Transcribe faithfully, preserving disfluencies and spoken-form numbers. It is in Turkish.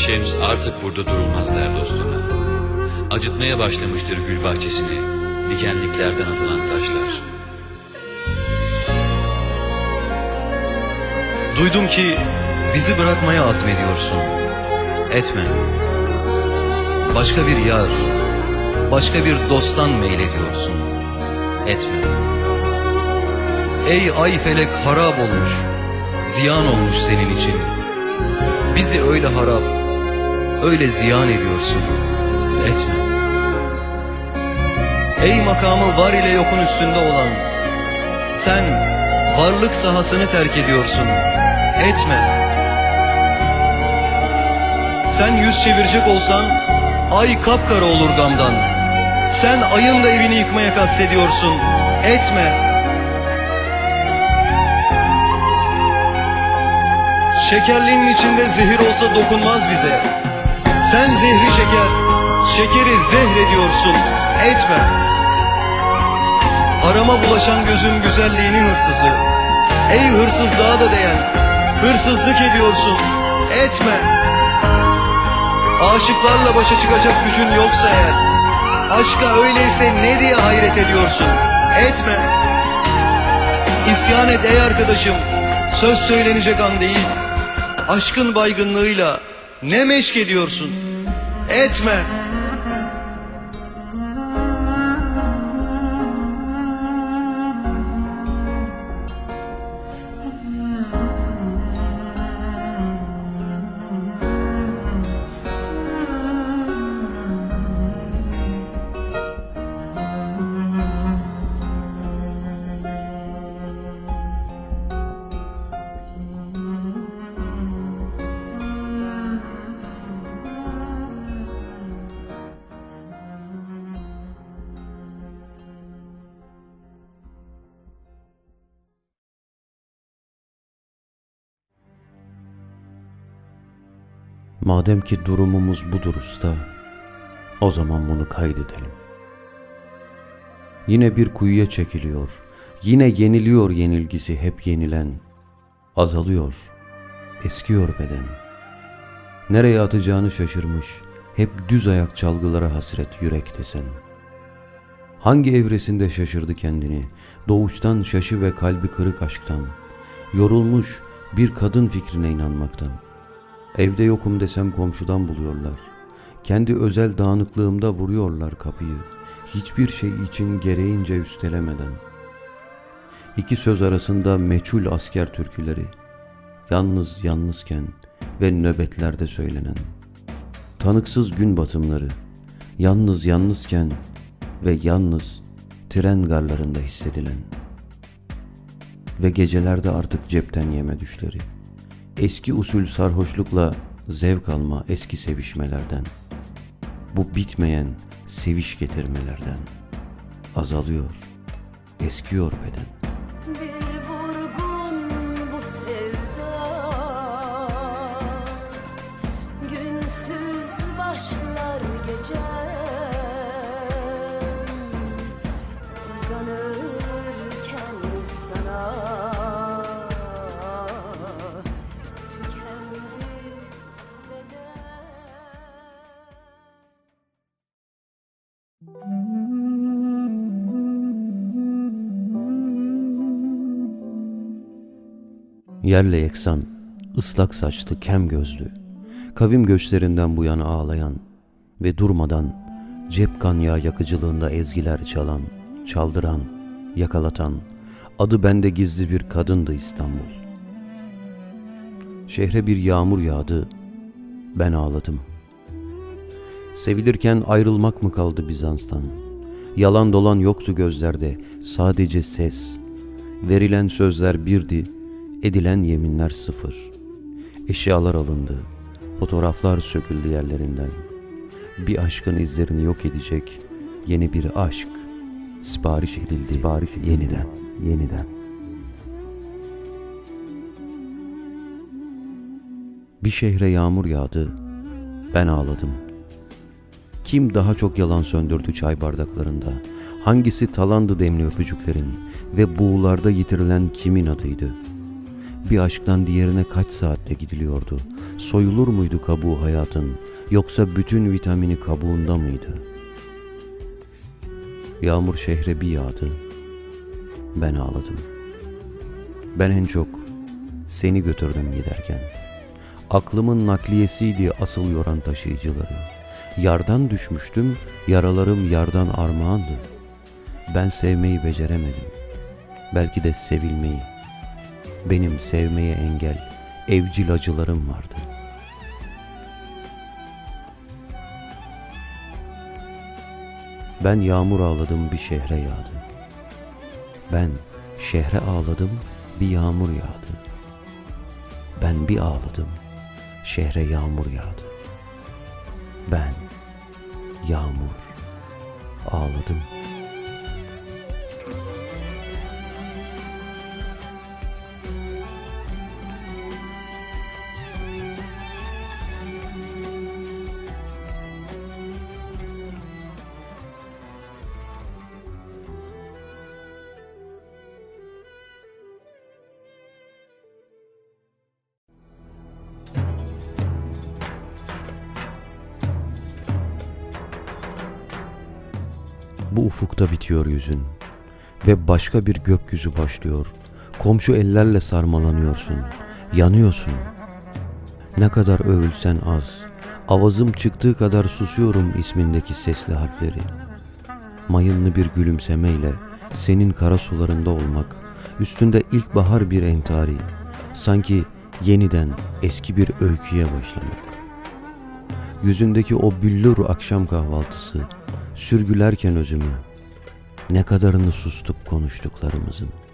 Şems artık burada durulmaz der dostuna. Acıtmaya başlamıştır gül bahçesini, dikenliklerden atılan taşlar. Duydum ki bizi bırakmaya azmediyorsun. Etme. Başka bir yar, başka bir dosttan meylediyorsun. Etme. Ey ay felek harap olmuş, ziyan olmuş senin için. Bizi öyle harap, öyle ziyan ediyorsun. Etme. Ey makamı var ile yokun üstünde olan, sen varlık sahasını terk ediyorsun. Etme. Sen yüz çevirecek olsan ay kapkara olur gamdan. Sen ayın da evini yıkmaya kastediyorsun. Etme. Şekerliğin içinde zehir olsa dokunmaz bize. Sen zehri şeker, şekeri zehrediyorsun. Etme. Harama bulaşan gözün güzelliğinin hırsızı. Ey hırsızlığa da değen, hırsızlık ediyorsun. Etme. Aşıklarla başa çıkacak gücün yoksa eğer, aşka öyleyse ne diye hayret ediyorsun? Etme. İsyan et ey arkadaşım, söz söylenecek an değil. Aşkın baygınlığıyla ne meşk ediyorsun? Etme. Madem ki durumumuz budur usta, o zaman bunu kaydedelim. Yine bir kuyuya çekiliyor, yine yeniliyor yenilgisi hep yenilen. Azalıyor, eskiyor beden. Nereye atacağını şaşırmış, hep düz ayak çalgılara hasret yürek desen. Hangi evresinde şaşırdı kendini, doğuştan şaşı ve kalbi kırık aşktan. Yorulmuş bir kadın fikrine inanmaktan. Evde yokum desem komşudan buluyorlar. Kendi özel dağınıklığımda vuruyorlar kapıyı. Hiçbir şey için gereğince üstelemeden. İki söz arasında meçhul asker türküleri. Yalnız yalnızken ve nöbetlerde söylenen. Tanıksız gün batımları. Yalnız yalnızken ve yalnız tren garlarında hissedilen. Ve gecelerde artık cepten yeme düşleri. Eski usul sarhoşlukla zevk alma eski sevişmelerden. Bu bitmeyen seviş getirmelerden. Azalıyor, eskiyor beden. Bir vurgun bu sevda, günsüz başlar gece. Uzanırken sana Yerle yeksan, ıslak saçlı, kem gözlü, kavim göçlerinden bu yana ağlayan ve durmadan cep kanyağı yakıcılığında ezgiler çalan, çaldıran, yakalatan, adı bende gizli bir kadındı İstanbul. Şehre bir yağmur yağdı, ben ağladım. Sevilirken ayrılmak mı kaldı Bizans'tan? Yalan dolan yoktu gözlerde, sadece ses. Verilen sözler birdi, edilen yeminler sıfır. Eşyalar alındı, fotoğraflar söküldü yerlerinden. Bir aşkın izlerini yok edecek yeni bir aşk sipariş edildi, sipariş edildi. yeniden, yeniden. Bir şehre yağmur yağdı, ben ağladım. Kim daha çok yalan söndürdü çay bardaklarında? Hangisi talandı demli öpücüklerin ve buğularda yitirilen kimin adıydı? Bir aşktan diğerine kaç saatte gidiliyordu? Soyulur muydu kabuğu hayatın, yoksa bütün vitamini kabuğunda mıydı? Yağmur şehre bir yağdı. Ben ağladım. Ben en çok seni götürdüm giderken. Aklımın nakliyesiydi asıl yoran taşıyıcıları. Yardan düşmüştüm, yaralarım yardan armağandı. Ben sevmeyi beceremedim. Belki de sevilmeyi. Benim sevmeye engel, evcil acılarım vardı. Ben yağmur ağladım, bir şehre yağdı. Ben şehre ağladım, bir yağmur yağdı. Ben bir ağladım, şehre yağmur yağdı. Ben yağmur ağladım. Bu ufukta bitiyor yüzün ve başka bir gökyüzü başlıyor. Komşu ellerle sarmalanıyorsun, yanıyorsun. Ne kadar övülsen az, avazım çıktığı kadar susuyorum ismindeki sesli harfleri. Mayınlı bir gülümsemeyle senin kara sularında olmak, üstünde ilkbahar bir entari, sanki yeniden eski bir öyküye başlamak. Yüzündeki o büllür akşam kahvaltısı, sürgülerken özümü, ne kadarını sustuk konuştuklarımızın.